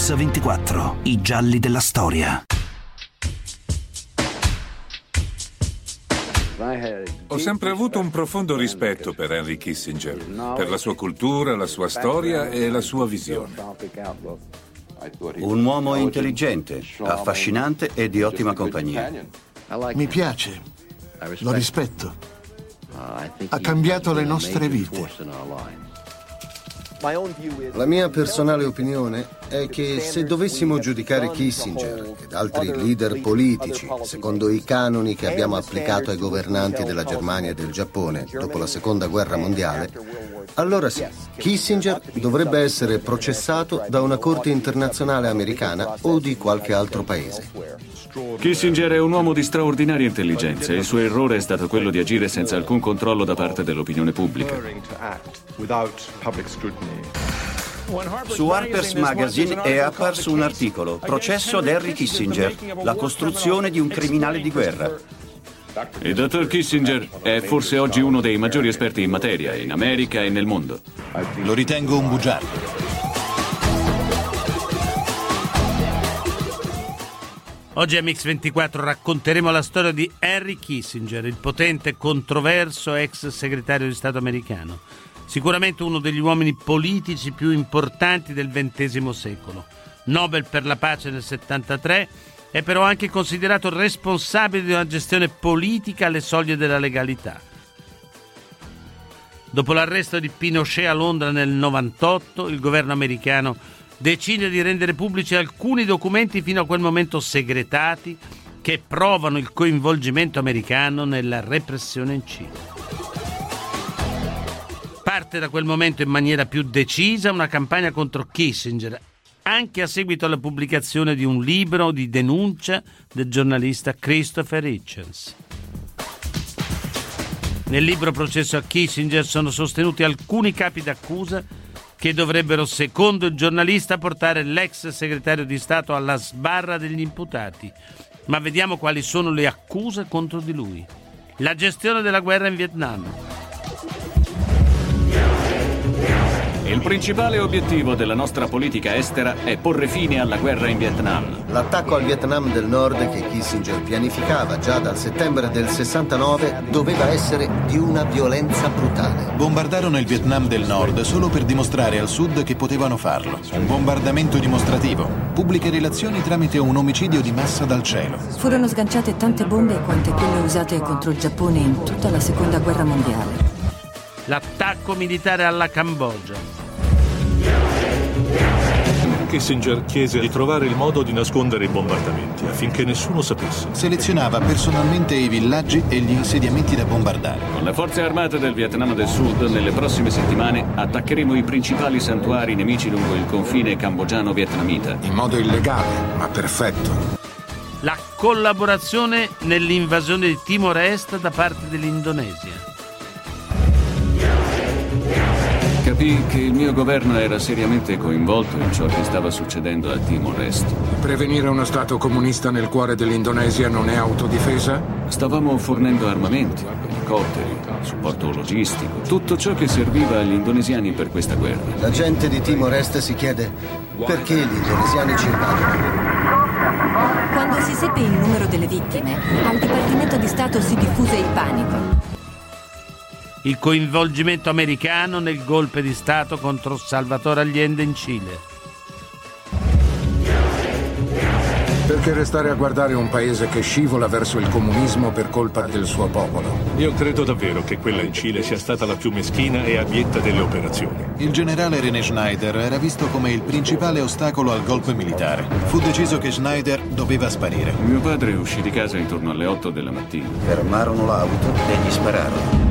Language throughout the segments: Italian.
Mix24, i gialli della storia. Ho sempre avuto un profondo rispetto per Henry Kissinger, per la sua cultura, la sua storia e la sua visione. Un uomo intelligente, affascinante e di ottima compagnia. Mi piace, lo rispetto. Ha cambiato le nostre vite. La mia personale opinione è che se dovessimo giudicare Kissinger ed altri leader politici secondo i canoni che abbiamo applicato ai governanti della Germania e del Giappone dopo la Seconda Guerra Mondiale, allora sì, Kissinger dovrebbe essere processato da una corte internazionale americana o di qualche altro paese. Kissinger è un uomo di straordinaria intelligenza e il suo errore è stato quello di agire senza alcun controllo da parte dell'opinione pubblica. Su Harper's Magazine è apparso un articolo, Processo ad Henry Kissinger, la costruzione di un criminale di guerra. Il dottor Kissinger è forse oggi uno dei maggiori esperti in materia, in America e nel mondo. Lo ritengo un bugiardo. Oggi a Mix24 racconteremo la storia di Henry Kissinger, il potente e controverso ex segretario di Stato americano. Sicuramente uno degli uomini politici più importanti del XX secolo. Nobel per la pace nel 73, è però anche considerato responsabile di una gestione politica alle soglie della legalità. Dopo l'arresto di Pinochet a Londra nel 98, il governo americano decide di rendere pubblici alcuni documenti fino a quel momento segretati che provano il coinvolgimento americano nella repressione in Cile. Parte da quel momento in maniera più decisa una campagna contro Kissinger, anche a seguito alla pubblicazione di un libro di denuncia del giornalista Christopher Hitchens. Nel libro Processo a Kissinger sono sostenuti alcuni capi d'accusa che dovrebbero, secondo il giornalista, portare l'ex segretario di Stato alla sbarra degli imputati. Ma vediamo quali sono le accuse contro di lui. La gestione della guerra in Vietnam. Il principale obiettivo della nostra politica estera è porre fine alla guerra in Vietnam. L'attacco al Vietnam del Nord che Kissinger pianificava già dal settembre del 69 doveva essere di una violenza brutale. Bombardarono il Vietnam del Nord solo per dimostrare al Sud che potevano farlo. Un bombardamento dimostrativo. Pubbliche relazioni tramite un omicidio di massa dal cielo. Furono sganciate tante bombe quante quelle usate contro il Giappone in tutta la Seconda Guerra Mondiale. L'attacco militare alla Cambogia. Kissinger chiese di trovare il modo di nascondere i bombardamenti affinché nessuno sapesse. Selezionava personalmente i villaggi e gli insediamenti da bombardare. Con le forze armate del Vietnam del Sud, nelle prossime settimane attaccheremo i principali santuari nemici lungo il confine cambogiano-vietnamita. In modo illegale, ma perfetto. La collaborazione nell'invasione di Timor Est da parte dell'Indonesia. Capì che il mio governo era seriamente coinvolto in ciò che stava succedendo a Timor Est. Prevenire uno stato comunista nel cuore dell'Indonesia non è autodifesa? Stavamo fornendo armamenti, elicotteri, supporto logistico, tutto ciò che serviva agli indonesiani per questa guerra. La gente di Timor Est si chiede perché gli indonesiani ci invadono. Quando si seppe il numero delle vittime, al Dipartimento di Stato si diffuse il panico. Il coinvolgimento americano nel golpe di Stato contro Salvador Allende in Cile. Perché restare a guardare un paese che scivola verso il comunismo per colpa del suo popolo? Io credo davvero che quella in Cile sia stata la più meschina e abietta delle operazioni. Il generale René Schneider era visto come il principale ostacolo al golpe militare. Fu deciso che Schneider doveva sparire. Mio padre uscì di casa intorno alle 8 della mattina. Fermarono l'auto e gli spararono.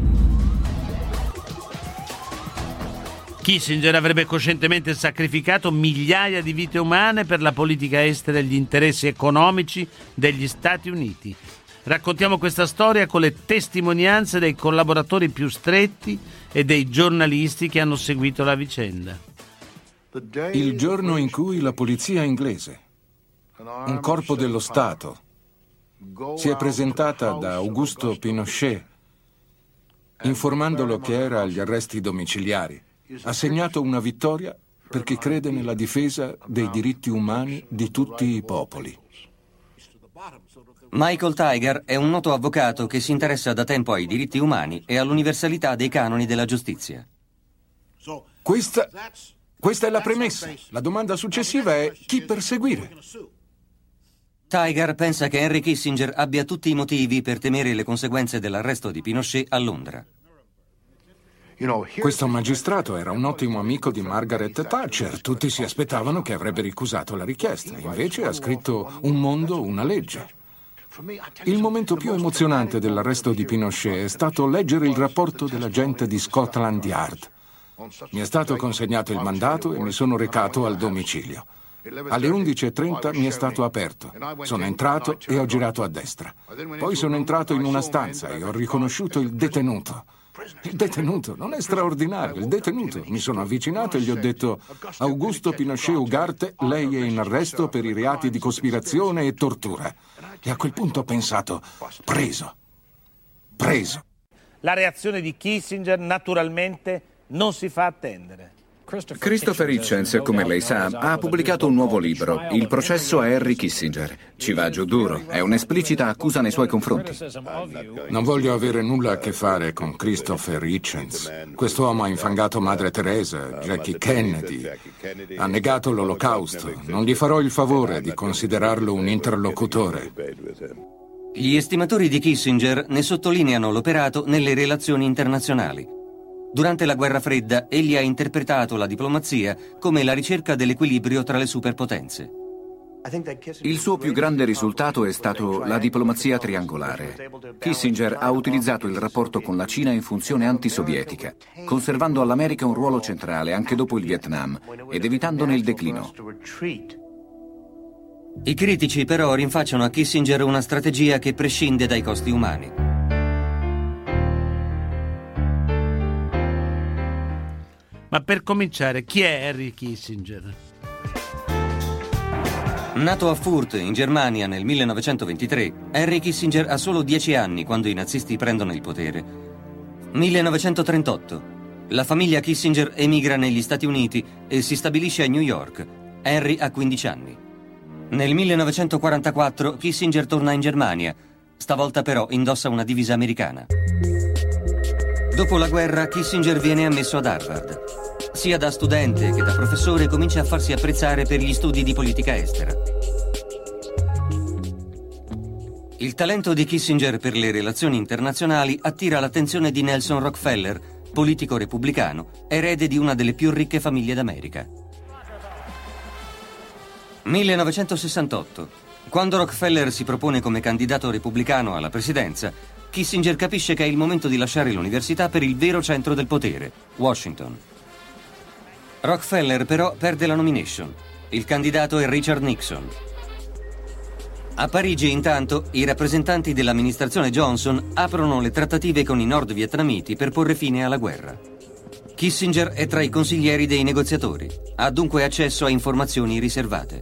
Kissinger avrebbe coscientemente sacrificato migliaia di vite umane per la politica estera e gli interessi economici degli Stati Uniti. Raccontiamo questa storia con le testimonianze dei collaboratori più stretti e dei giornalisti che hanno seguito la vicenda. Il giorno in cui la polizia inglese, un corpo dello Stato, si è presentata da Augusto Pinochet informandolo che era agli arresti domiciliari, ha segnato una vittoria per chi crede nella difesa dei diritti umani di tutti i popoli. Michael Tiger è un noto avvocato che si interessa da tempo ai diritti umani e all'universalità dei canoni della giustizia. Questa è la premessa. La domanda successiva è chi perseguire? Tiger pensa che Henry Kissinger abbia tutti i motivi per temere le conseguenze dell'arresto di Pinochet a Londra. Questo magistrato era un ottimo amico di Margaret Thatcher. Tutti si aspettavano che avrebbe ricusato la richiesta. Invece ha scritto Un mondo, una legge. Il momento più emozionante dell'arresto di Pinochet è stato leggere il rapporto dell'agente di Scotland Yard. Mi è stato consegnato il mandato e mi sono recato al domicilio. Alle 11:30 mi è stato aperto. Sono entrato e ho girato a destra. Poi sono entrato in una stanza e ho riconosciuto il detenuto. Il detenuto, non è straordinario, il detenuto. Mi sono avvicinato e gli ho detto: Augusto Pinochet Ugarte, lei è in arresto per i reati di cospirazione e tortura. E a quel punto ho pensato: preso. La reazione di Kissinger naturalmente non si fa attendere. Christopher Hitchens, come lei sa, ha pubblicato un nuovo libro, Il processo a Henry Kissinger. Ci va giù duro, è un'esplicita accusa nei suoi confronti. Non voglio avere nulla a che fare con Christopher Hitchens. Quest'uomo ha infangato Madre Teresa, Jackie Kennedy, ha negato l'Olocausto. Non gli farò il favore di considerarlo un interlocutore. Gli estimatori di Kissinger ne sottolineano l'operato nelle relazioni internazionali. Durante la guerra fredda, egli ha interpretato la diplomazia come la ricerca dell'equilibrio tra le superpotenze. Il suo più grande risultato è stato la diplomazia triangolare. Kissinger ha utilizzato il rapporto con la Cina in funzione antisovietica, conservando all'America un ruolo centrale anche dopo il Vietnam ed evitandone il declino. I critici però rinfacciano a Kissinger una strategia che prescinde dai costi umani. Ma per cominciare, chi è Henry Kissinger? Nato a Fürth, in Germania, nel 1923, Henry Kissinger ha solo 10 anni quando i nazisti prendono il potere. 1938. La famiglia Kissinger emigra negli Stati Uniti e si stabilisce a New York. Henry ha 15 anni. Nel 1944 Kissinger torna in Germania. Stavolta però indossa una divisa americana. Dopo la guerra, Kissinger viene ammesso ad Harvard. Sia da studente che da professore comincia a farsi apprezzare per gli studi di politica estera. Il talento di Kissinger per le relazioni internazionali attira l'attenzione di Nelson Rockefeller, politico repubblicano, erede di una delle più ricche famiglie d'America. 1968. Quando Rockefeller si propone come candidato repubblicano alla presidenza, Kissinger capisce che è il momento di lasciare l'università per il vero centro del potere, Washington. Rockefeller però perde la nomination. Il candidato è Richard Nixon. A Parigi, intanto, i rappresentanti dell'amministrazione Johnson aprono le trattative con i nord-vietnamiti per porre fine alla guerra. Kissinger è tra i consiglieri dei negoziatori. Ha dunque accesso a informazioni riservate.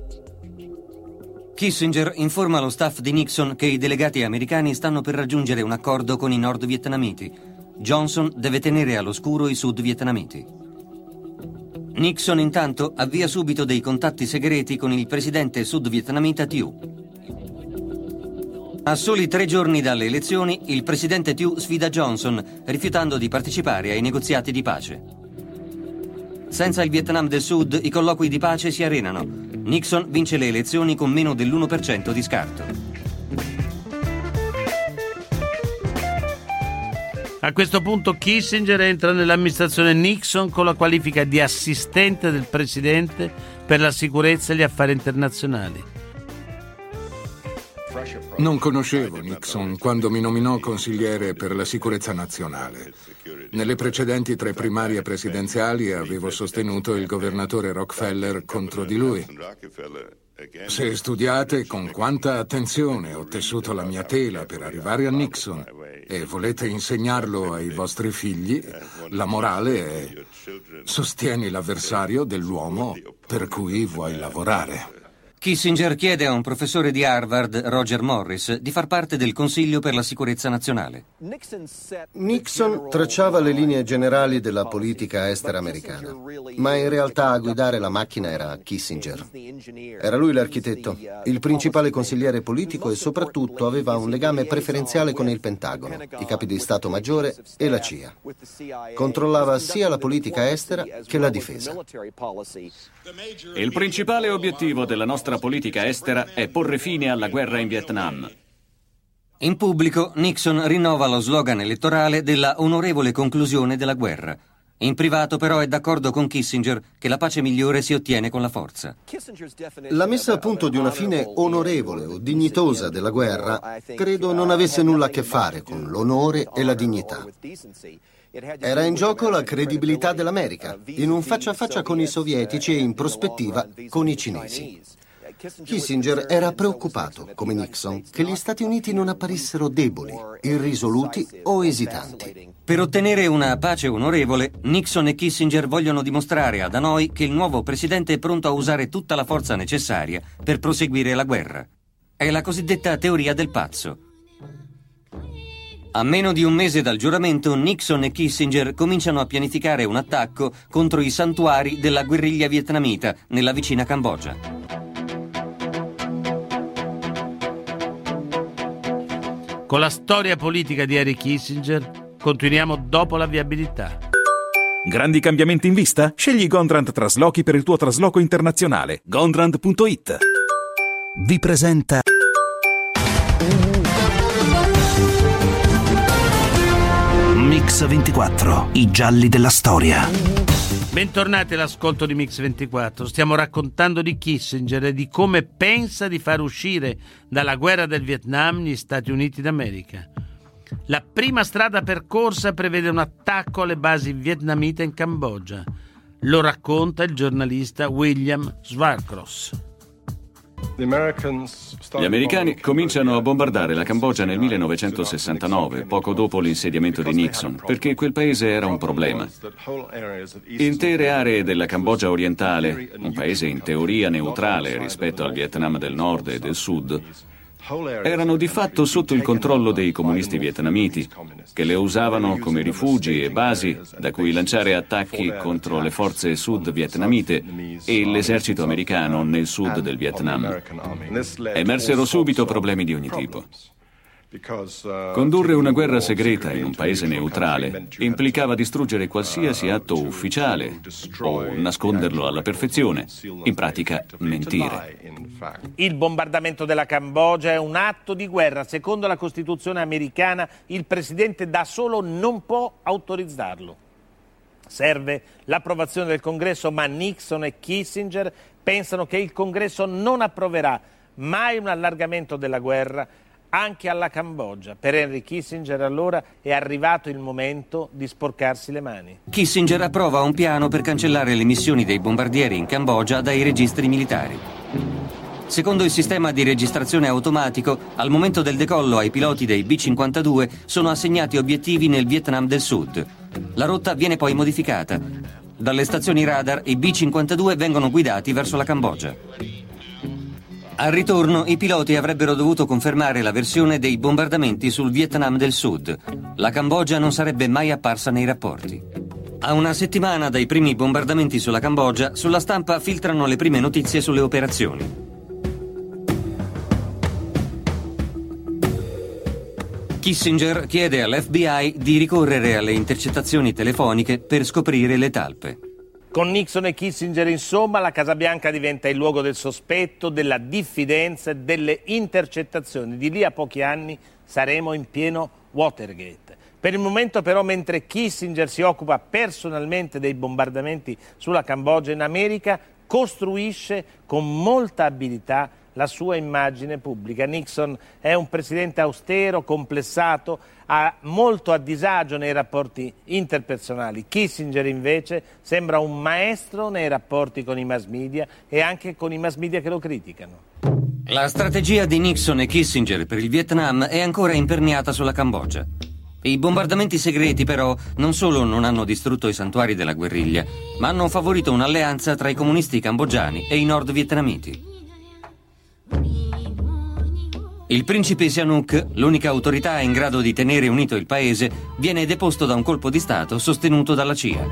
Kissinger informa lo staff di Nixon che i delegati americani stanno per raggiungere un accordo con i nord-vietnamiti. Johnson deve tenere all'oscuro i sud-vietnamiti. Nixon intanto avvia subito dei contatti segreti con il presidente sud-vietnamita Thieu. A soli 3 giorni dalle elezioni, il presidente Thieu sfida Johnson, rifiutando di partecipare ai negoziati di pace. Senza il Vietnam del Sud, i colloqui di pace si arenano. Nixon vince le elezioni con meno dell'1% di scarto. A questo punto Kissinger entra nell'amministrazione Nixon con la qualifica di assistente del presidente per la sicurezza e gli affari internazionali. Non conoscevo Nixon quando mi nominò consigliere per la sicurezza nazionale. Nelle precedenti 3 primarie presidenziali avevo sostenuto il governatore Rockefeller contro di lui. Se studiate con quanta attenzione ho tessuto la mia tela per arrivare a Nixon e volete insegnarlo ai vostri figli, la morale è: sostieni l'avversario dell'uomo per cui vuoi lavorare. Kissinger chiede a un professore di Harvard, Roger Morris, di far parte del Consiglio per la sicurezza nazionale. Nixon tracciava le linee generali della politica estera americana, ma in realtà a guidare la macchina era Kissinger. Era lui l'architetto, il principale consigliere politico e soprattutto aveva un legame preferenziale con il Pentagono, i capi di Stato Maggiore e la CIA. Controllava sia la politica estera che la difesa. Il principale obiettivo della nostra politica estera è porre fine alla guerra in Vietnam. In pubblico, Nixon rinnova lo slogan elettorale della onorevole conclusione della guerra. In privato, però, è d'accordo con Kissinger che la pace migliore si ottiene con la forza. La messa a punto di una fine onorevole o dignitosa della guerra credo non avesse nulla a che fare con l'onore e la dignità. Era in gioco la credibilità dell'America, in un faccia a faccia con i sovietici e in prospettiva con i cinesi. Kissinger era preoccupato, come Nixon, che gli Stati Uniti non apparissero deboli, irrisoluti o esitanti. Per ottenere una pace onorevole, Nixon e Kissinger vogliono dimostrare ad Hanoi che il nuovo presidente è pronto a usare tutta la forza necessaria per proseguire la guerra. È la cosiddetta teoria del pazzo. A meno di un mese dal giuramento, Nixon e Kissinger cominciano a pianificare un attacco contro i santuari della guerriglia vietnamita nella vicina Cambogia. Con la storia politica di Henry Kissinger continuiamo dopo la viabilità. Grandi cambiamenti in vista? Scegli Gondrand Traslochi per il tuo trasloco internazionale. Gondrand.it vi presenta Mix 24, i gialli della storia. Bentornati all'ascolto di Mix 24. Stiamo raccontando di Kissinger e di come pensa di far uscire dalla guerra del Vietnam gli Stati Uniti d'America. La prima strada percorsa prevede un attacco alle basi vietnamite in Cambogia. Lo racconta il giornalista William Swarcross. Gli americani cominciano a bombardare la Cambogia nel 1969, poco dopo l'insediamento di Nixon, perché quel paese era un problema. Intere aree della Cambogia orientale, un paese in teoria neutrale rispetto al Vietnam del Nord e del Sud, erano di fatto sotto il controllo dei comunisti vietnamiti, che le usavano come rifugi e basi da cui lanciare attacchi contro le forze sud vietnamite e l'esercito americano nel sud del Vietnam. Emersero subito problemi di ogni tipo. Condurre una guerra segreta in un paese neutrale implicava distruggere qualsiasi atto ufficiale o nasconderlo alla perfezione, in pratica mentire. Il bombardamento della Cambogia è un atto di guerra. Secondo la Costituzione americana, il presidente da solo non può autorizzarlo. Serve l'approvazione del Congresso, ma Nixon e Kissinger pensano che il Congresso non approverà mai un allargamento della guerra anche alla Cambogia. Per Henry Kissinger allora è arrivato il momento di sporcarsi le mani. Kissinger approva un piano per cancellare le missioni dei bombardieri in Cambogia dai registri militari. Secondo il sistema di registrazione automatico, al momento del decollo ai piloti dei B-52 sono assegnati obiettivi nel Vietnam del Sud. La rotta viene poi modificata. Dalle stazioni radar i B-52 vengono guidati verso la Cambogia. Al ritorno, i piloti avrebbero dovuto confermare la versione dei bombardamenti sul Vietnam del Sud. La Cambogia non sarebbe mai apparsa nei rapporti. A una settimana dai primi bombardamenti sulla Cambogia, sulla stampa filtrano le prime notizie sulle operazioni. Kissinger chiede all'FBI di ricorrere alle intercettazioni telefoniche per scoprire le talpe. Con Nixon e Kissinger, insomma, la Casa Bianca diventa il luogo del sospetto, della diffidenza e delle intercettazioni. Di lì a pochi anni saremo in pieno Watergate. Per il momento però, mentre Kissinger si occupa personalmente dei bombardamenti sulla Cambogia, in America costruisce con molta abilità la sua immagine pubblica. Nixon è un presidente austero, complessato, molto a disagio nei rapporti interpersonali. Kissinger invece sembra un maestro nei rapporti con i mass media e anche con i mass media che lo criticano. La strategia di Nixon e Kissinger per il Vietnam è ancora imperniata sulla Cambogia. I bombardamenti segreti però non solo non hanno distrutto i santuari della guerriglia, ma hanno favorito un'alleanza tra i comunisti cambogiani e i nord vietnamiti. Il principe Sihanouk, l'unica autorità in grado di tenere unito il paese, viene deposto da un colpo di Stato sostenuto dalla CIA.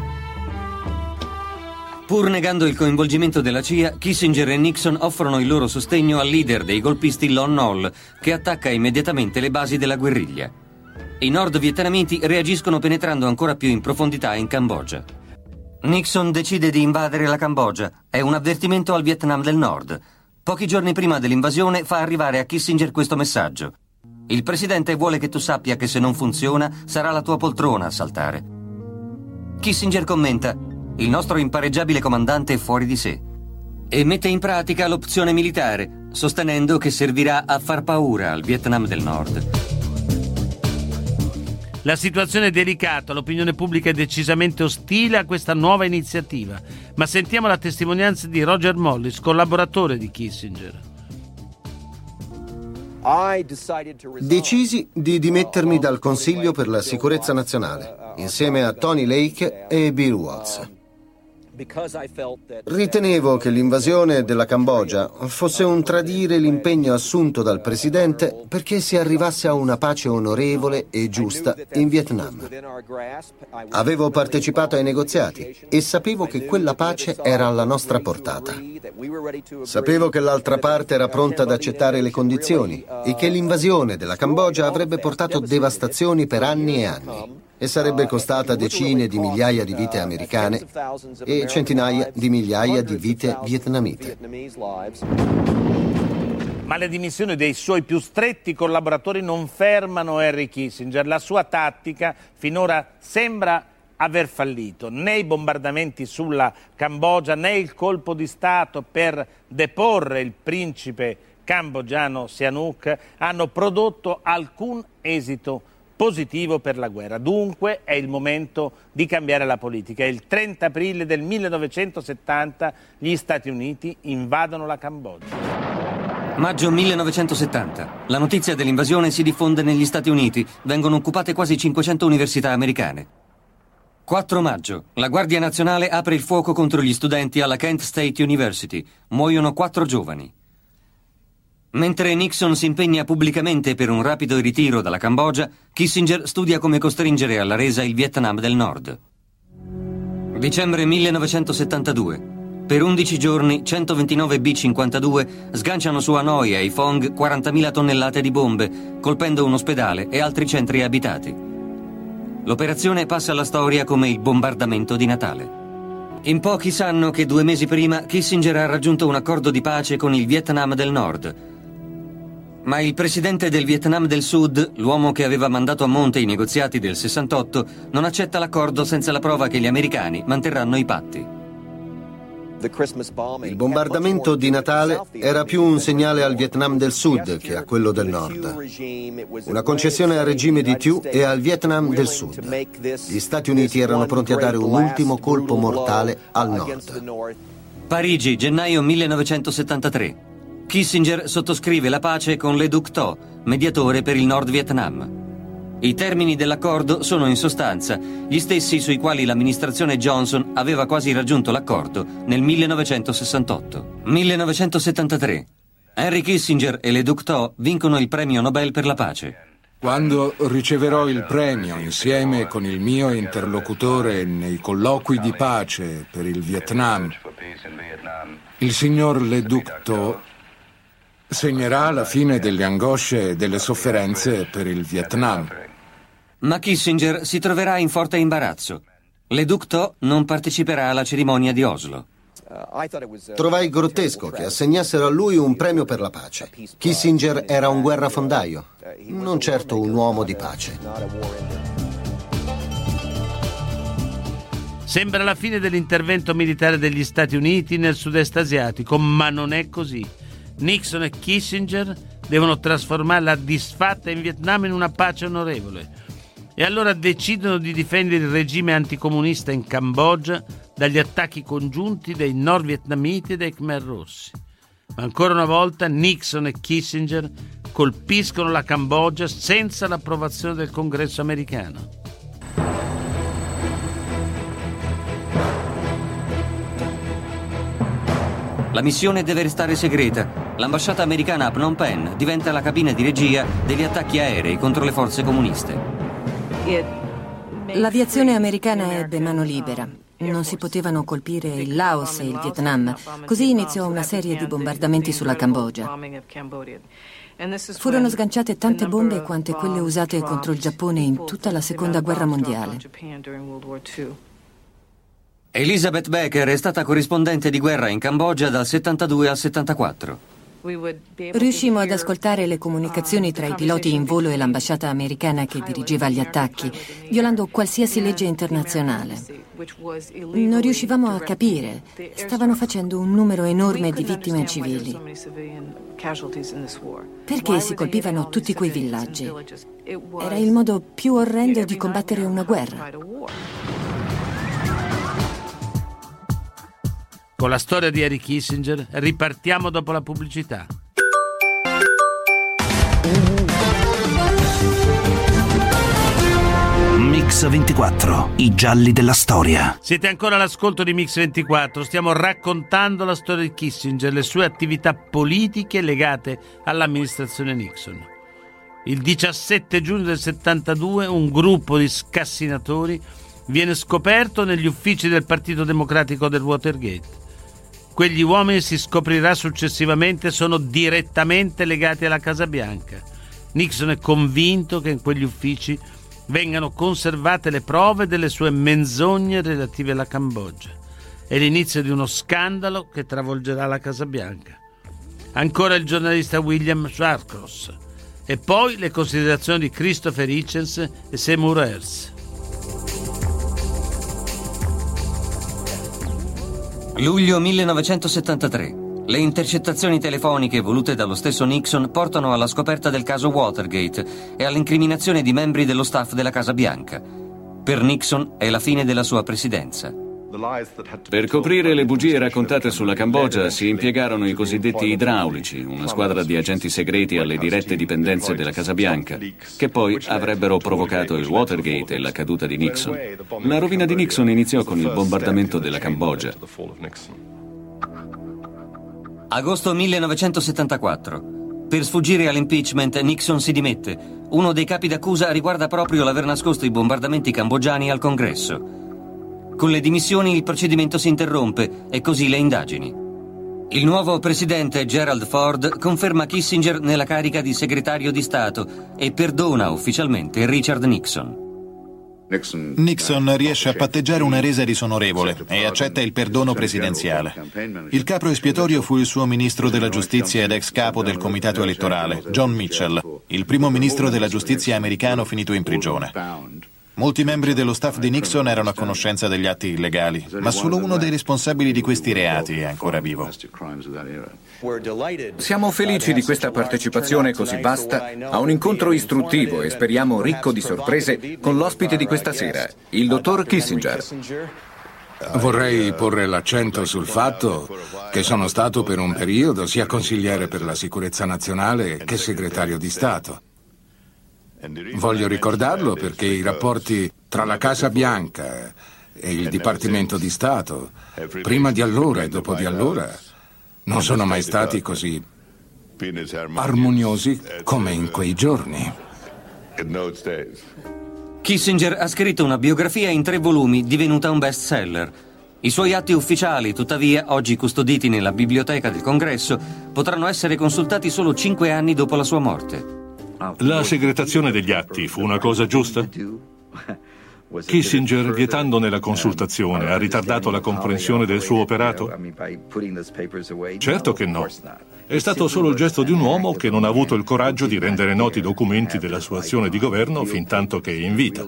Pur negando il coinvolgimento della CIA, Kissinger e Nixon offrono il loro sostegno al leader dei golpisti Lon Nol, che attacca immediatamente le basi della guerriglia. I nord-vietnamiti reagiscono penetrando ancora più in profondità in Cambogia. Nixon decide di invadere la Cambogia. È un avvertimento al Vietnam del Nord. Pochi giorni prima dell'invasione fa arrivare a Kissinger questo messaggio. Il presidente vuole che tu sappia che se non funziona sarà la tua poltrona a saltare. Kissinger commenta: il nostro impareggiabile comandante è fuori di sé, e mette in pratica l'opzione militare, sostenendo che servirà a far paura al Vietnam del Nord. La situazione è delicata, l'opinione pubblica è decisamente ostile a questa nuova iniziativa, ma sentiamo la testimonianza di Roger Mollis, collaboratore di Kissinger. Decisi di dimettermi dal Consiglio per la Sicurezza Nazionale, insieme a Tony Lake e Bill Watts. Ritenevo che l'invasione della Cambogia fosse un tradire l'impegno assunto dal presidente perché si arrivasse a una pace onorevole e giusta in Vietnam. Avevo partecipato ai negoziati e sapevo che quella pace era alla nostra portata. Sapevo che l'altra parte era pronta ad accettare le condizioni e che l'invasione della Cambogia avrebbe portato devastazioni per anni e anni e sarebbe costata decine di migliaia di vite americane e centinaia di migliaia di vite vietnamite. Ma le dimissioni dei suoi più stretti collaboratori non fermano Henry Kissinger. La sua tattica finora sembra aver fallito. Né i bombardamenti sulla Cambogia, né il colpo di Stato per deporre il principe cambogiano Sihanouk hanno prodotto alcun esito positivo per la guerra. Dunque è il momento di cambiare la politica. Il 30 aprile del 1970 gli Stati Uniti invadono la Cambogia. Maggio 1970. La notizia dell'invasione si diffonde negli Stati Uniti. Vengono occupate quasi 500 università americane. 4 maggio. La Guardia Nazionale apre il fuoco contro gli studenti alla Kent State University. Muoiono 4 giovani. Mentre Nixon si impegna pubblicamente per un rapido ritiro dalla Cambogia, Kissinger studia come costringere alla resa il Vietnam del Nord. Dicembre 1972. Per 11 giorni 129 B-52 sganciano su Hanoi e Haiphong 40.000 tonnellate di bombe, colpendo un ospedale e altri centri abitati. L'operazione passa alla storia come il bombardamento di Natale. In pochi sanno che 2 mesi prima Kissinger ha raggiunto un accordo di pace con il Vietnam del Nord. Ma il presidente del Vietnam del Sud, l'uomo che aveva mandato a monte i negoziati del 68, non accetta l'accordo senza la prova che gli americani manterranno i patti. Il bombardamento di Natale era più un segnale al Vietnam del Sud che a quello del Nord. Una concessione al regime di Thieu e al Vietnam del Sud. Gli Stati Uniti erano pronti a dare un ultimo colpo mortale al Nord. Parigi, gennaio 1973. Kissinger sottoscrive la pace con Le Duc Tho, mediatore per il Nord Vietnam. I termini dell'accordo sono in sostanza gli stessi sui quali l'amministrazione Johnson aveva quasi raggiunto l'accordo nel 1968. 1973. Henry Kissinger e Le Duc Tho vincono il premio Nobel per la pace. Quando riceverò il premio insieme con il mio interlocutore nei colloqui di pace per il Vietnam, il signor Le Duc Tho segnerà la fine delle angosce e delle sofferenze per il Vietnam. Ma Kissinger si troverà in forte imbarazzo. Le Duc Tho non parteciperà alla cerimonia di Oslo. Trovai grottesco che assegnassero a lui un premio per la pace. Kissinger era un guerrafondaio, non certo un uomo di pace. Sembra la fine dell'intervento militare degli Stati Uniti nel sud-est asiatico, ma non è così. Nixon e Kissinger devono trasformare la disfatta in Vietnam in una pace onorevole. E allora decidono di difendere il regime anticomunista in Cambogia dagli attacchi congiunti dei nordvietnamiti e dei Khmer Rossi. Ma ancora una volta Nixon e Kissinger colpiscono la Cambogia senza l'approvazione del Congresso americano. La missione deve restare segreta. l'ambasciata americana a Phnom Penh diventa la cabina di regia degli attacchi aerei contro le forze comuniste. L'aviazione americana ebbe mano libera. Non si potevano colpire il Laos e il Vietnam. Così iniziò una serie di bombardamenti sulla Cambogia. Furono sganciate tante bombe quante quelle usate contro il Giappone in tutta la Seconda Guerra Mondiale. Elizabeth Becker è stata corrispondente di guerra in Cambogia dal 72 al 74. Riuscimmo ad ascoltare le comunicazioni tra i piloti in volo e l'ambasciata americana che dirigeva gli attacchi, violando qualsiasi legge internazionale. Non riuscivamo a capire. Stavano facendo un numero enorme di vittime civili. Perché si colpivano tutti quei villaggi? Era il modo più orrendo di combattere una guerra. Con la storia di Henry Kissinger ripartiamo dopo la pubblicità. Mix 24, i gialli della storia. Siete ancora all'ascolto di Mix 24, stiamo raccontando la storia di Kissinger, le sue attività politiche legate all'amministrazione Nixon. Il 17 giugno del 72 un gruppo di scassinatori viene scoperto negli uffici del Partito Democratico del Watergate. Quegli uomini, si scoprirà successivamente, sono direttamente legati alla Casa Bianca. Nixon è convinto che in quegli uffici vengano conservate le prove delle sue menzogne relative alla Cambogia. È l'inizio di uno scandalo che travolgerà la Casa Bianca. Ancora il giornalista William Shawcross. E poi le considerazioni di Christopher Hitchens e Seymour Hersh. Luglio 1973. Le intercettazioni telefoniche volute dallo stesso Nixon portano alla scoperta del caso Watergate e all'incriminazione di membri dello staff della Casa Bianca. Per Nixon è la fine della sua presidenza. Per coprire le bugie raccontate sulla Cambogia si impiegarono i cosiddetti idraulici, una squadra di agenti segreti alle dirette dipendenze della Casa Bianca, che poi avrebbero provocato il Watergate e la caduta di Nixon. La rovina di Nixon iniziò con il bombardamento della Cambogia. Agosto 1974. Per sfuggire all'impeachment, Nixon si dimette. Uno dei capi d'accusa riguarda proprio l'aver nascosto i bombardamenti cambogiani al Congresso. Con le dimissioni il procedimento si interrompe e così le indagini. Il nuovo presidente Gerald Ford conferma Kissinger nella carica di segretario di Stato e perdona ufficialmente Richard Nixon. Nixon riesce a patteggiare una resa disonorevole e accetta il perdono presidenziale. Il capro espiatorio fu il suo ministro della giustizia ed ex capo del comitato elettorale, John Mitchell, il primo ministro della giustizia americano finito in prigione. Molti membri dello staff di Nixon erano a conoscenza degli atti illegali, ma solo uno dei responsabili di questi reati è ancora vivo. Siamo felici di questa partecipazione così vasta a un incontro istruttivo e speriamo ricco di sorprese con l'ospite di questa sera, il dottor Kissinger. Vorrei porre l'accento sul fatto che sono stato per un periodo sia consigliere per la sicurezza nazionale che segretario di Stato. Voglio ricordarlo perché i rapporti tra la Casa Bianca e il Dipartimento di Stato, prima di allora e dopo di allora, non sono mai stati così armoniosi come in quei giorni. Kissinger ha scritto una biografia in 3 volumi divenuta un bestseller. I suoi atti ufficiali, tuttavia, oggi custoditi nella biblioteca del Congresso, potranno essere consultati solo 5 anni dopo la sua morte. La segretazione degli atti fu una cosa giusta? Kissinger, vietandone la consultazione, ha ritardato la comprensione del suo operato? Certo che no. È stato solo il gesto di un uomo che non ha avuto il coraggio di rendere noti i documenti della sua azione di governo fin tanto che è in vita.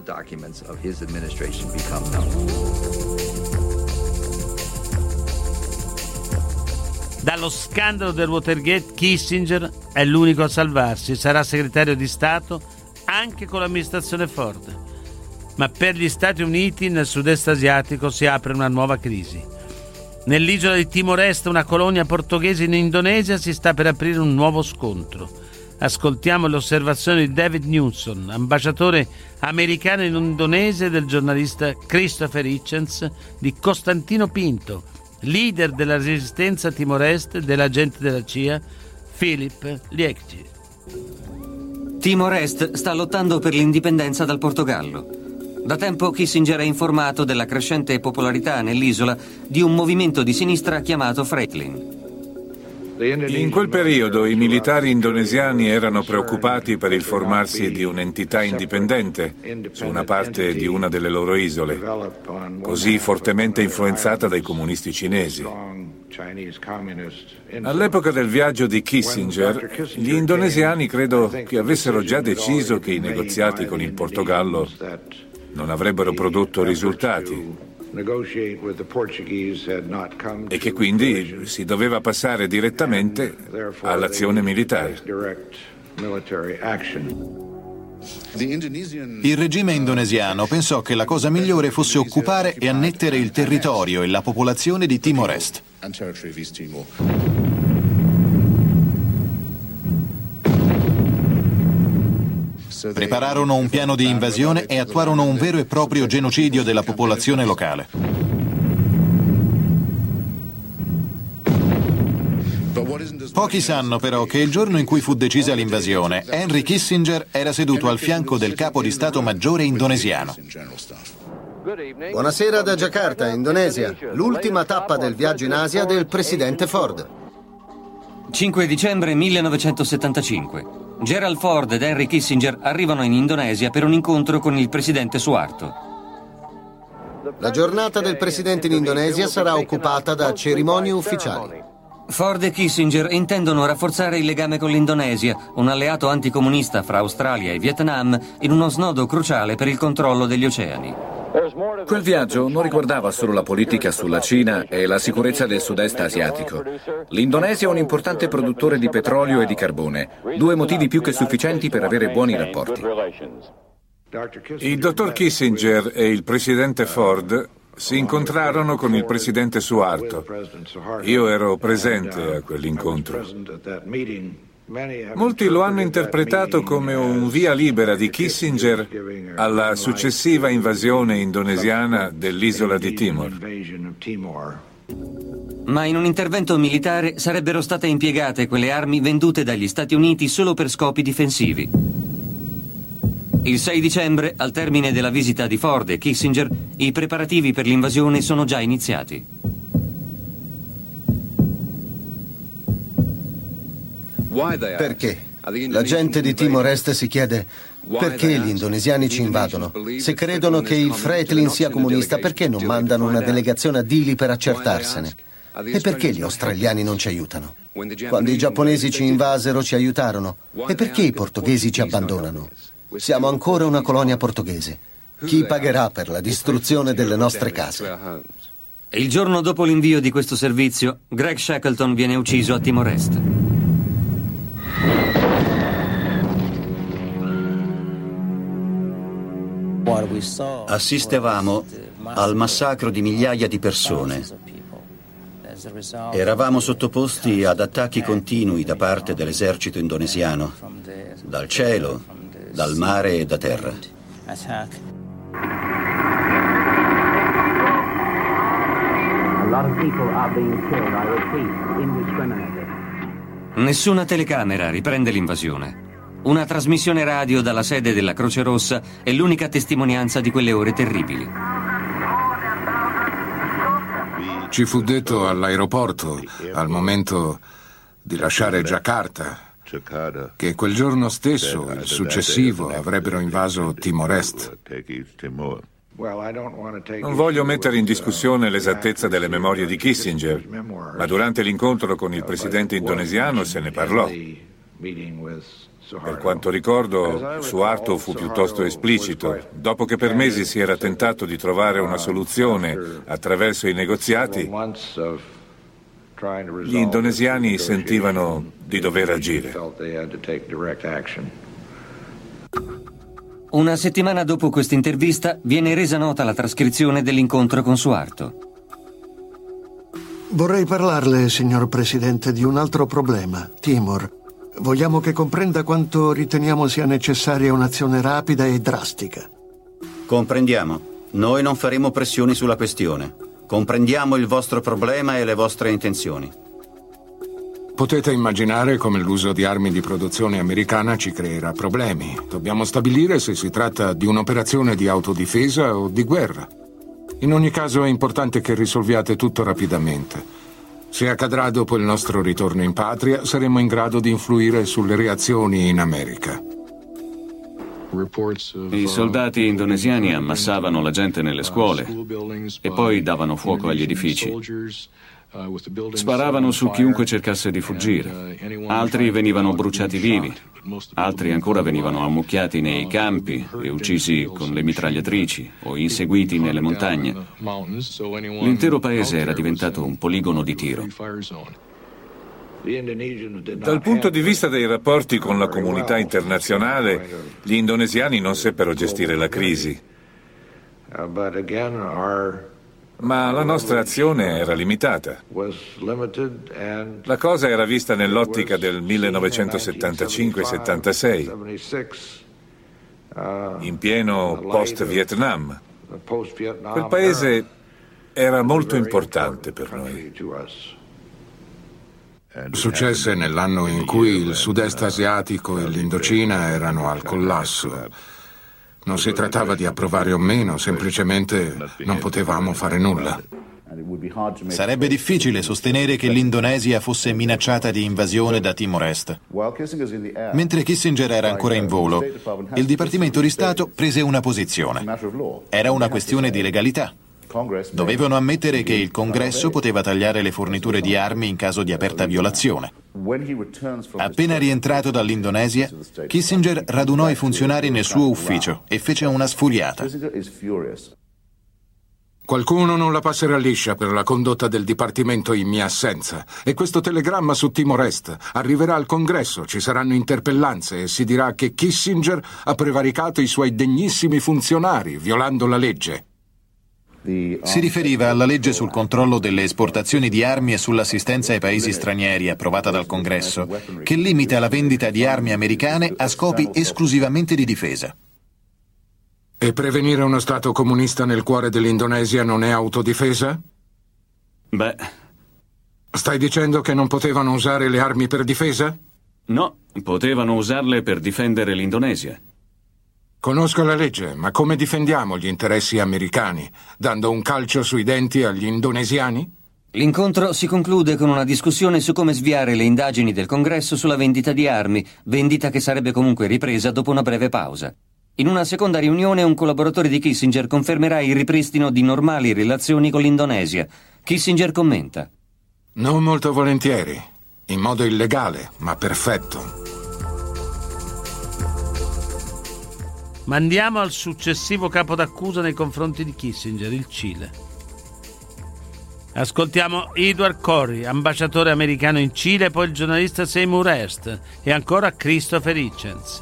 Dallo scandalo del Watergate, Kissinger è l'unico a salvarsi, sarà segretario di Stato anche con l'amministrazione Ford. Ma per gli Stati Uniti nel sud-est asiatico si apre una nuova crisi. Nell'isola di Timor-Est, una colonia portoghese in Indonesia, si sta per aprire un nuovo scontro. Ascoltiamo le osservazioni di David Newson, ambasciatore americano in Indonesia, e del giornalista Christopher Hitchens di Costantino Pinto, leader della resistenza a Timor-Est, dell'agente della CIA Philip Liechti. Timor Est sta lottando per l'indipendenza dal Portogallo. Da tempo Kissinger è informato della crescente popolarità nell'isola di un movimento di sinistra chiamato Fretilin. In quel periodo i militari indonesiani erano preoccupati per il formarsi di un'entità indipendente su una parte di una delle loro isole, così fortemente influenzata dai comunisti cinesi. All'epoca del viaggio di Kissinger, gli indonesiani credo che avessero già deciso che i negoziati con il Portogallo non avrebbero prodotto risultati e che quindi si doveva passare direttamente all'azione militare. Il regime indonesiano pensò che la cosa migliore fosse occupare e annettere il territorio e la popolazione di Timor Est. Prepararono un piano di invasione e attuarono un vero e proprio genocidio della popolazione locale. Pochi sanno però che il giorno in cui fu decisa l'invasione, Henry Kissinger era seduto al fianco del capo di Stato Maggiore indonesiano. Buonasera da Giacarta, Indonesia. L'ultima tappa del viaggio in Asia del presidente Ford. 5 dicembre 1975. Gerald Ford ed Henry Kissinger arrivano in Indonesia per un incontro con il presidente Suharto. La giornata del presidente in Indonesia sarà occupata da cerimonie ufficiali. Ford e Kissinger intendono rafforzare il legame con l'Indonesia, un alleato anticomunista fra Australia e Vietnam, in uno snodo cruciale per il controllo degli oceani. Quel viaggio non riguardava solo la politica sulla Cina e la sicurezza del sud-est asiatico. L'Indonesia è un importante produttore di petrolio e di carbone, 2 motivi più che sufficienti per avere buoni rapporti. Il dottor Kissinger e il presidente Ford si incontrarono con il presidente Suharto. Io ero presente a quell'incontro. Molti lo hanno interpretato come un via libera di Kissinger alla successiva invasione indonesiana dell'isola di Timor. Ma in un intervento militare sarebbero state impiegate quelle armi vendute dagli Stati Uniti solo per scopi difensivi. Il 6 dicembre, al termine della visita di Ford e Kissinger, i preparativi per l'invasione sono già iniziati. Perché? La gente di Timor Est si chiede perché gli indonesiani ci invadono. Se credono che il Fretilin sia comunista, perché non mandano una delegazione a Dili per accertarsene? E perché gli australiani non ci aiutano? Quando i giapponesi ci invasero ci aiutarono. E perché i portoghesi ci abbandonano? Siamo ancora una colonia portoghese. Chi pagherà per la distruzione delle nostre case? Il giorno dopo l'invio di questo servizio, Greg Shackleton viene ucciso a Timor Est. Assistevamo al massacro di migliaia di persone. Eravamo sottoposti ad attacchi continui da parte dell'esercito indonesiano, dal cielo, dal mare e da terra. Nessuna telecamera riprende l'invasione. Una trasmissione radio dalla sede della Croce Rossa è l'unica testimonianza di quelle ore terribili. Ci fu detto all'aeroporto, al momento di lasciare Giacarta, che quel giorno stesso, il successivo, avrebbero invaso Timor Est. Non voglio mettere in discussione l'esattezza delle memorie di Kissinger, ma durante l'incontro con il presidente indonesiano se ne parlò. Per quanto ricordo, Suharto fu piuttosto esplicito. Dopo che per mesi si era tentato di trovare una soluzione attraverso i negoziati, gli indonesiani sentivano di dover agire. Una settimana dopo questa intervista viene resa nota la trascrizione dell'incontro con Suharto. Vorrei parlarle, signor Presidente, di un altro problema, Timor. Vogliamo che comprenda quanto riteniamo sia necessaria un'azione rapida e drastica. Comprendiamo. Noi non faremo pressioni sulla questione. Comprendiamo il vostro problema e le vostre intenzioni. Potete immaginare come l'uso di armi di produzione americana ci creerà problemi. Dobbiamo stabilire se si tratta di un'operazione di autodifesa o di guerra. In ogni caso è importante che risolviate tutto rapidamente. Se accadrà dopo il nostro ritorno in patria, saremo in grado di influire sulle reazioni in America. I soldati indonesiani ammassavano la gente nelle scuole e poi davano fuoco agli edifici. Sparavano su chiunque cercasse di fuggire. Altri venivano bruciati vivi. Altri ancora venivano ammucchiati nei campi e uccisi con le mitragliatrici o inseguiti nelle montagne. L'intero paese era diventato un poligono di tiro. Dal punto di vista dei rapporti con la comunità internazionale, gli indonesiani non seppero gestire la crisi. Ma la nostra azione era limitata. La cosa era vista nell'ottica del 1975-76, in pieno post-Vietnam. Quel paese era molto importante per noi. Successe nell'anno in cui il sud-est asiatico e l'Indocina erano al collasso. Non si trattava di approvare o meno, semplicemente non potevamo fare nulla. Sarebbe difficile sostenere che l'Indonesia fosse minacciata di invasione da Timor-Est. Mentre Kissinger era ancora in volo, il Dipartimento di Stato prese una posizione. Era una questione di legalità. Dovevano ammettere che il Congresso poteva tagliare le forniture di armi in caso di aperta violazione. Appena rientrato dall'Indonesia, Kissinger radunò i funzionari nel suo ufficio e fece una sfuriata. Qualcuno non la passerà liscia per la condotta del Dipartimento in mia assenza. E questo telegramma su Timor-Est arriverà al Congresso, ci saranno interpellanze e si dirà che Kissinger ha prevaricato i suoi degnissimi funzionari, violando la legge. Si riferiva alla legge sul controllo delle esportazioni di armi e sull'assistenza ai paesi stranieri approvata dal Congresso, che limita la vendita di armi americane a scopi esclusivamente di difesa. E prevenire uno Stato comunista nel cuore dell'Indonesia non è autodifesa? Beh. Stai dicendo che non potevano usare le armi per difesa? No, potevano usarle per difendere l'Indonesia. Conosco la legge, ma come difendiamo gli interessi americani? Dando un calcio sui denti agli indonesiani? L'incontro si conclude con una discussione su come sviare le indagini del Congresso sulla vendita di armi, vendita che sarebbe comunque ripresa dopo una breve pausa. In una seconda riunione un collaboratore di Kissinger confermerà il ripristino di normali relazioni con l'Indonesia. Kissinger commenta: Non molto volentieri, in modo illegale, ma perfetto. Ma andiamo al successivo capo d'accusa nei confronti di Kissinger, il Cile. Ascoltiamo Edward Corey, ambasciatore americano in Cile, poi il giornalista Seymour Hersh e ancora Christopher Hitchens.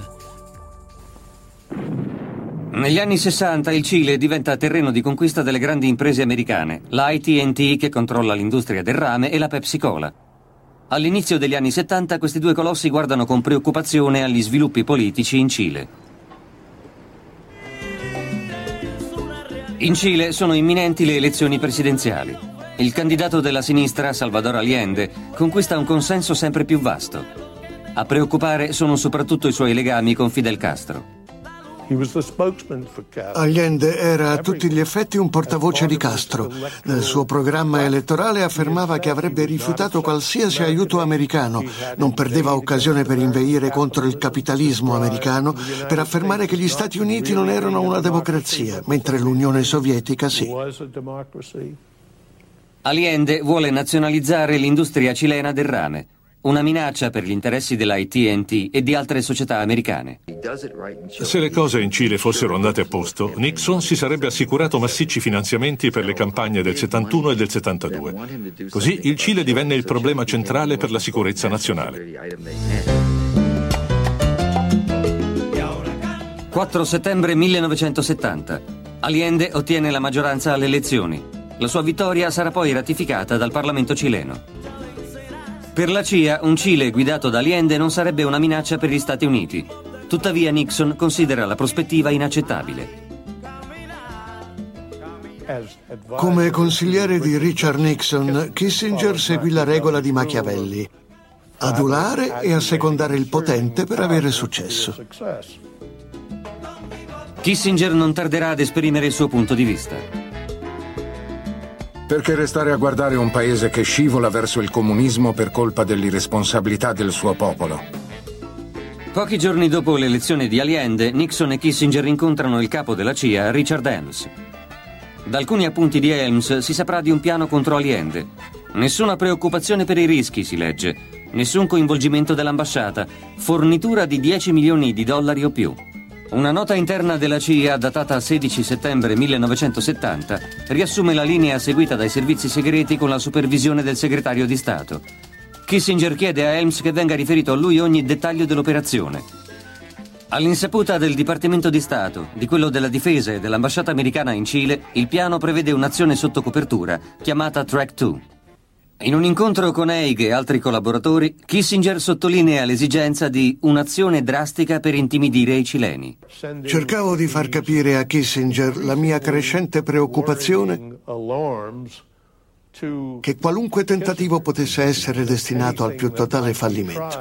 Negli anni 60 il Cile diventa terreno di conquista delle grandi imprese americane, la AT&T che controlla l'industria del rame e la Pepsi Cola. All'inizio degli anni 70 questi due colossi guardano con preoccupazione agli sviluppi politici in Cile. In Cile sono imminenti le elezioni presidenziali. Il candidato della sinistra, Salvador Allende, conquista un consenso sempre più vasto. A preoccupare sono soprattutto i suoi legami con Fidel Castro. Allende era a tutti gli effetti un portavoce di Castro. Nel suo programma elettorale affermava che avrebbe rifiutato qualsiasi aiuto americano, non perdeva occasione per inveire contro il capitalismo americano, per affermare che gli Stati Uniti non erano una democrazia, mentre l'Unione Sovietica sì. Allende vuole nazionalizzare l'industria cilena del rame, una minaccia per gli interessi della AT&T e di altre società americane. Se le cose in Cile fossero andate a posto, Nixon si sarebbe assicurato massicci finanziamenti per le campagne del 71 e del 72. Così il Cile divenne il problema centrale per la sicurezza nazionale. 4 settembre 1970. Allende ottiene la maggioranza alle elezioni. La sua vittoria sarà poi ratificata dal Parlamento cileno. Per la CIA, un Cile guidato da Allende non sarebbe una minaccia per gli Stati Uniti. Tuttavia Nixon considera la prospettiva inaccettabile. Come consigliere di Richard Nixon, Kissinger seguì la regola di Machiavelli. adulare e assecondare il potente per avere successo. Kissinger non tarderà ad esprimere il suo punto di vista. Perché restare a guardare un paese che scivola verso il comunismo per colpa dell'irresponsabilità del suo popolo? Pochi giorni dopo l'elezione di Allende, Nixon e Kissinger incontrano il capo della CIA, Richard Helms. Da alcuni appunti di Helms si saprà di un piano contro Allende. Nessuna preoccupazione per i rischi, si legge. Nessun coinvolgimento dell'ambasciata. Fornitura di $10 milioni o più. Una nota interna della CIA, datata 16 settembre 1970, riassume la linea seguita dai servizi segreti con la supervisione del segretario di Stato. Kissinger chiede a Helms che venga riferito a lui ogni dettaglio dell'operazione. All'insaputa del Dipartimento di Stato, di quello della Difesa e dell'ambasciata americana in Cile, il piano prevede un'azione sotto copertura, chiamata Track 2. In un incontro con Haig e altri collaboratori, Kissinger sottolinea l'esigenza di un'azione drastica per intimidire i cileni. Cercavo di far capire a Kissinger la mia crescente preoccupazione che qualunque tentativo potesse essere destinato al più totale fallimento.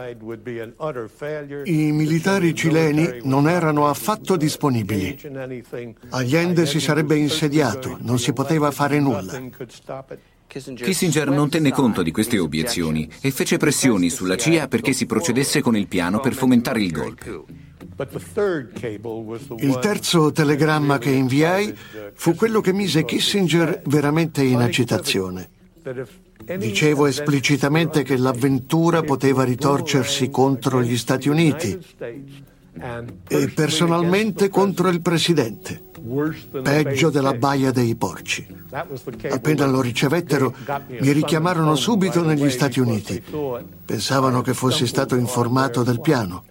I militari cileni non erano affatto disponibili. Allende si sarebbe insediato, non si poteva fare nulla. Kissinger non tenne conto di queste obiezioni e fece pressioni sulla CIA perché si procedesse con il piano per fomentare il golpe. Il terzo telegramma che inviai fu quello che mise Kissinger veramente in agitazione. Dicevo esplicitamente che l'avventura poteva ritorcersi contro gli Stati Uniti e personalmente contro il presidente. Peggio della Baia dei Porci. Appena lo ricevettero, mi richiamarono subito negli Stati Uniti. Pensavano che fossi stato informato del piano.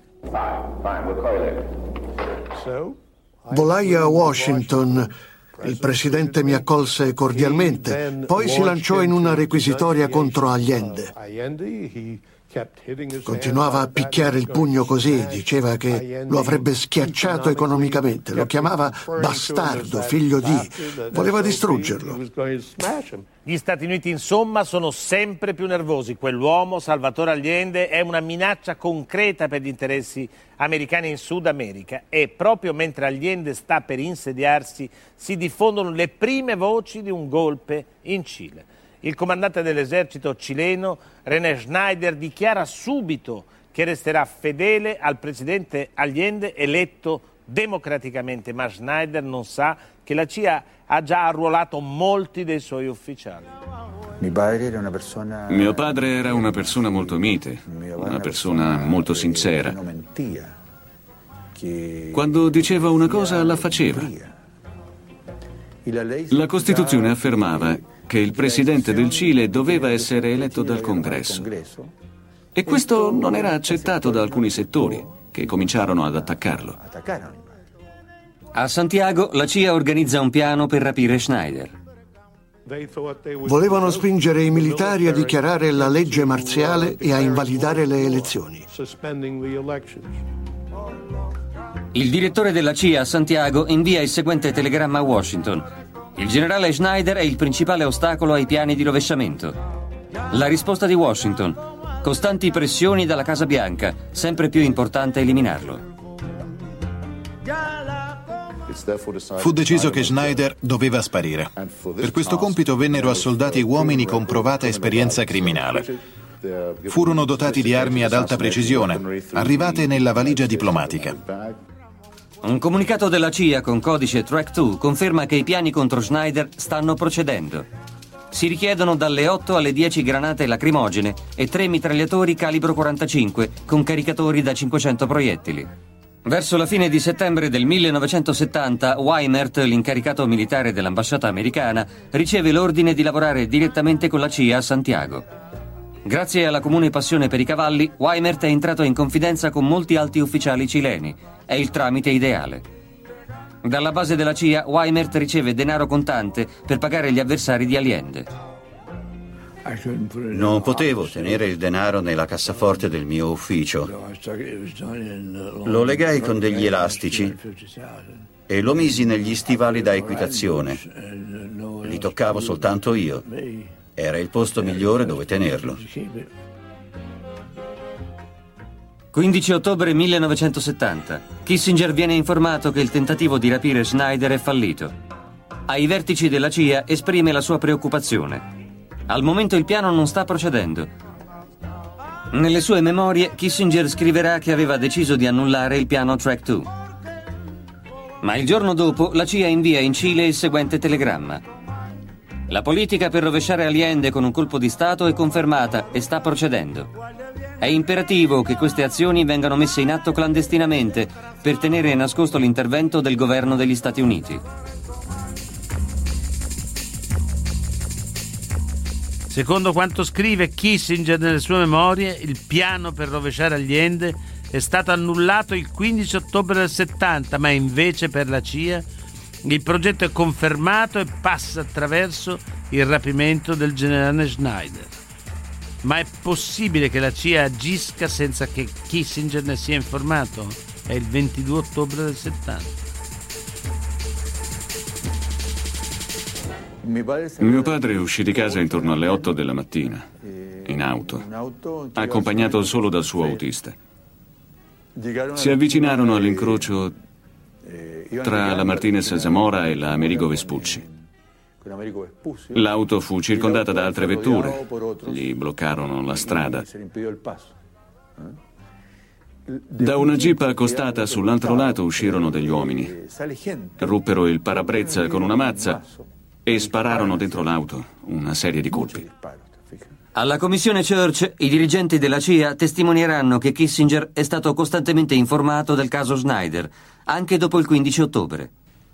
Volai a Washington. Il presidente mi accolse cordialmente. Poi si lanciò in una requisitoria contro Allende. Continuava a picchiare il pugno così, diceva che lo avrebbe schiacciato economicamente, lo chiamava bastardo, figlio di... voleva distruggerlo. Gli Stati Uniti, insomma, sono sempre più nervosi. Quell'uomo, Salvatore Allende, è una minaccia concreta per gli interessi americani in Sud America e proprio mentre Allende sta per insediarsi si diffondono le prime voci di un golpe in Cile. Il comandante dell'esercito cileno, René Schneider, dichiara subito che resterà fedele al presidente Allende eletto democraticamente, ma Schneider non sa che la CIA ha già arruolato molti dei suoi ufficiali. Mio padre era una persona molto mite, una persona molto sincera. Quando diceva una cosa, la faceva. La Costituzione affermava che il presidente del Cile doveva essere eletto dal Congresso. E questo non era accettato da alcuni settori, che cominciarono ad attaccarlo. A Santiago la CIA organizza un piano per rapire Schneider. Volevano spingere i militari a dichiarare la legge marziale e a invalidare le elezioni. Il direttore della CIA a Santiago invia il seguente telegramma a Washington. Il generale Schneider è il principale ostacolo ai piani di rovesciamento. La risposta di Washington: costanti pressioni dalla Casa Bianca, sempre più importante eliminarlo. Fu deciso che Schneider doveva sparire. Per questo compito vennero assoldati uomini con provata esperienza criminale. Furono dotati di armi ad alta precisione, arrivate nella valigia diplomatica. Un comunicato della CIA con codice Track 2 conferma che i piani contro Schneider stanno procedendo. Si richiedono dalle 8 alle 10 granate lacrimogene e 3 mitragliatori calibro 45 con caricatori da 500 proiettili. Verso la fine di settembre del 1970, Weimert, l'incaricato militare dell'ambasciata americana, riceve l'ordine di lavorare direttamente con la CIA a Santiago. Grazie alla comune passione per i cavalli, Weimert è entrato in confidenza con molti alti ufficiali cileni. È il tramite ideale. Dalla base della CIA, Weimert riceve denaro contante per pagare gli avversari di Allende. Non potevo tenere il denaro nella cassaforte del mio ufficio. Lo legai con degli elastici e lo misi negli stivali da equitazione. Li toccavo soltanto io. Era il posto migliore dove tenerlo. 15 ottobre 1970. Kissinger viene informato che il tentativo di rapire Schneider è fallito. Ai vertici della CIA esprime la sua preoccupazione. Al momento il piano non sta procedendo. Nelle sue memorie Kissinger scriverà che aveva deciso di annullare il piano Track 2. Ma il giorno dopo la CIA invia in Cile il seguente telegramma. La politica per rovesciare Allende con un colpo di Stato è confermata e sta procedendo. È imperativo che queste azioni vengano messe in atto clandestinamente per tenere nascosto l'intervento del governo degli Stati Uniti. Secondo quanto scrive Kissinger nelle sue memorie, il piano per rovesciare Allende è stato annullato il 15 ottobre del 70, ma invece per la CIA il progetto è confermato e passa attraverso il rapimento del generale Schneider. Ma è possibile che la CIA agisca senza che Kissinger ne sia informato? È il 22 ottobre del 70. Mio padre uscì di casa intorno alle 8 della mattina, in auto, accompagnato solo dal suo autista. Si avvicinarono all'incrocio tra la Martinez Zamora e la Amerigo Vespucci. L'auto fu circondata da altre vetture, gli bloccarono la strada. Da una jeep accostata sull'altro lato uscirono degli uomini, ruppero il parabrezza con una mazza e spararono dentro l'auto una serie di colpi. Alla commissione Church, i dirigenti della CIA testimonieranno che Kissinger è stato costantemente informato del caso Schneider, anche dopo il 15 ottobre.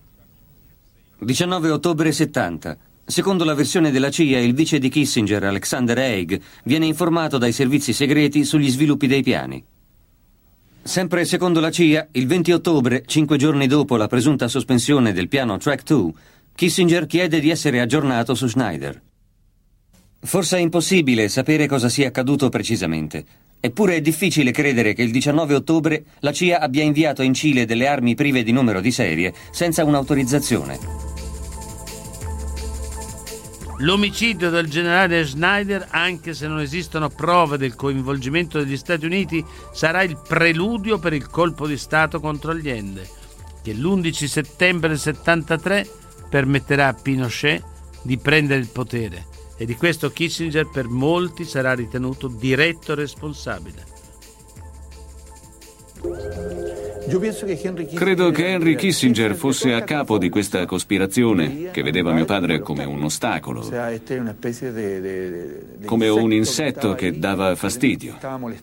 19 ottobre 70. Secondo la versione della CIA, il vice di Kissinger, Alexander Haig, viene informato dai servizi segreti sugli sviluppi dei piani. Sempre secondo la CIA, il 20 ottobre, 5 giorni dopo la presunta sospensione del piano Track 2, Kissinger chiede di essere aggiornato su Schneider. Forse è impossibile sapere cosa sia accaduto precisamente. Eppure è difficile credere che il 19 ottobre la CIA abbia inviato in Cile delle armi prive di numero di serie, senza un'autorizzazione. L'omicidio del generale Schneider, anche se non esistono prove del coinvolgimento degli Stati Uniti, sarà il preludio per il colpo di Stato contro Allende, che l'11 settembre del 73 permetterà a Pinochet di prendere il potere. E di questo Kissinger per molti sarà ritenuto diretto responsabile. Credo che Henry Kissinger fosse a capo di questa cospirazione che vedeva mio padre come un ostacolo, come un insetto che dava fastidio.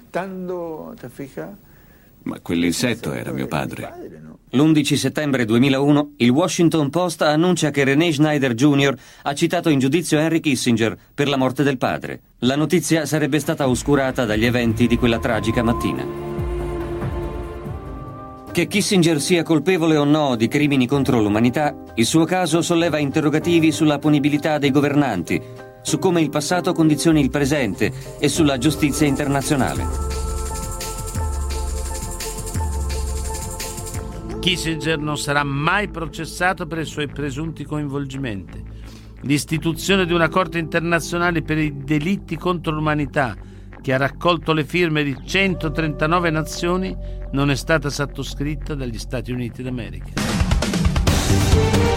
Ma quell'insetto era mio padre. L'11 settembre 2001 il Washington Post annuncia che René Schneider Jr. ha citato in giudizio Henry Kissinger per la morte del padre. La notizia sarebbe stata oscurata dagli eventi di quella tragica mattina. Che Kissinger sia colpevole o no di crimini contro l'umanità, il suo caso solleva interrogativi sulla punibilità dei governanti, su come il passato condizioni il presente e sulla giustizia internazionale. Kissinger non sarà mai processato per i suoi presunti coinvolgimenti. L'istituzione di una Corte internazionale per i delitti contro l'umanità, che ha raccolto le firme di 139 nazioni, non è stata sottoscritta dagli Stati Uniti d'America.